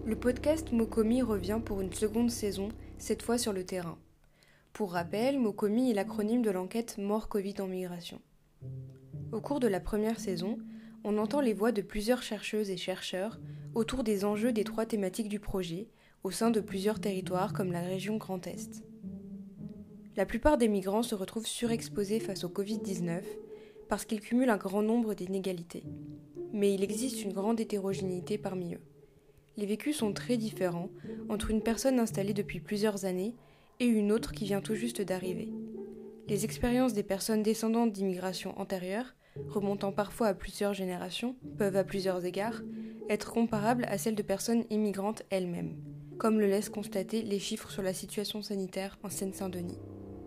Le podcast Mokomi revient pour une seconde saison, cette fois sur le terrain. Pour rappel, Mokomi est l'acronyme de l'enquête Mort Covid en migration. Au cours de la première saison, on entend les voix de plusieurs chercheuses et chercheurs autour des enjeux des trois thématiques du projet, au sein de plusieurs territoires comme la région Grand Est. La plupart des migrants se retrouvent surexposés face au Covid-19 parce qu'ils cumulent un grand nombre d'inégalités. Mais il existe une grande hétérogénéité parmi eux. Les vécus sont très différents entre une personne installée depuis plusieurs années et une autre qui vient tout juste d'arriver. Les expériences des personnes descendantes d'immigration antérieure, remontant parfois à plusieurs générations, peuvent à plusieurs égards être comparables à celles de personnes immigrantes elles-mêmes, comme le laissent constater les chiffres sur la situation sanitaire en Seine-Saint-Denis.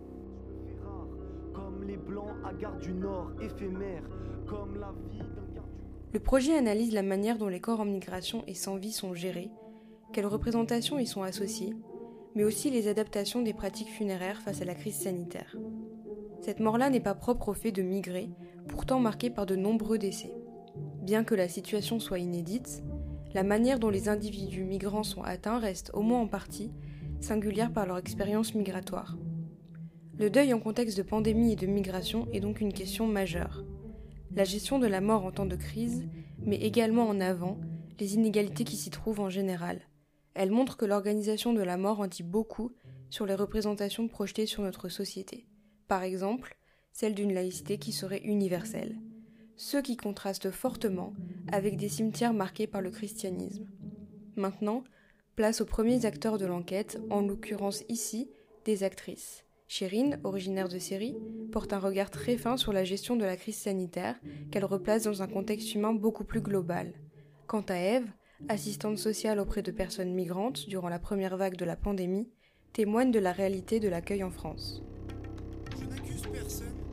Comme les blancs à Gare du Nord, éphémères, comme la vie d'un garde du... Le projet analyse la manière dont les corps en migration et sans vie sont gérés, quelles représentations y sont associées, mais aussi les adaptations des pratiques funéraires face à la crise sanitaire. Cette mort-là n'est pas propre au fait de migrer, pourtant marquée par de nombreux décès. Bien que la situation soit inédite, la manière dont les individus migrants sont atteints reste, au moins en partie, singulière par leur expérience migratoire. Le deuil en contexte de pandémie et de migration est donc une question majeure. La gestion de la mort en temps de crise, mais également en avant, les inégalités qui s'y trouvent en général. Elle montre que l'organisation de la mort en dit beaucoup sur les représentations projetées sur notre société. Par exemple, celle d'une laïcité qui serait universelle, ce qui contraste fortement avec des cimetières marqués par le christianisme. Maintenant, place aux premiers acteurs de l'enquête, en l'occurrence ici, des actrices. Chérine, originaire de Syrie, porte un regard très fin sur la gestion de la crise sanitaire qu'elle replace dans un contexte humain beaucoup plus global. Quant à Ève, assistante sociale auprès de personnes migrantes durant la première vague de la pandémie, témoigne de la réalité de l'accueil en France. Je n'accuse personne,